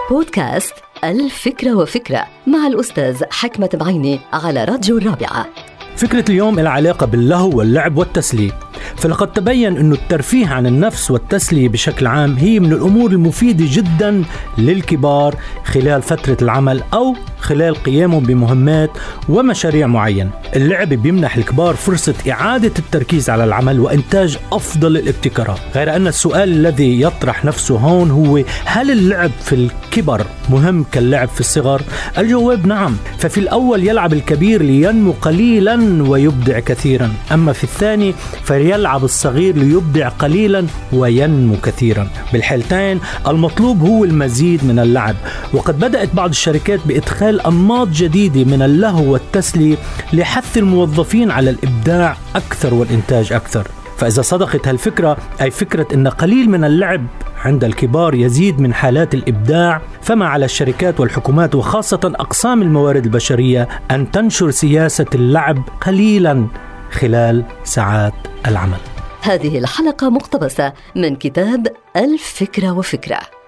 بودكاست الفكرة وفكرة مع الأستاذ حكمة بعيني على راديو الرابعة. فكرة اليوم لها علاقة باللهو واللعب والتسلية. فلقد تبين أن الترفيه عن النفس والتسلية بشكل عام هي من الأمور المفيدة جدا للكبار خلال فترة العمل أو خلال قيامهم بمهمات ومشاريع معينة. اللعب بيمنح الكبار فرصة إعادة التركيز على العمل وإنتاج أفضل الابتكارات. غير أن السؤال الذي يطرح نفسه هون هو: هل اللعب في الكبر مهم كاللعب في الصغر؟ الجواب نعم. ففي الأول يلعب الكبير لينمو قليلا ويبدع كثيرا، أما في الثاني فيلعب الصغير ليبدع قليلا وينمو كثيرا. بالحالتين المطلوب هو المزيد من اللعب، وقد بدأت بعض الشركات بإدخال أنماط جديدة من اللهو والتسلية لحث الموظفين على الإبداع أكثر والإنتاج أكثر. فإذا صدقت هالفكرة، أي فكرة أن قليل من اللعب عند الكبار يزيد من حالات الإبداع، فما على الشركات والحكومات وخاصة أقسام الموارد البشرية أن تنشر سياسة اللعب قليلا خلال ساعات العمل. هذه الحلقة مقتبسة من كتاب الفكرة وفكرة.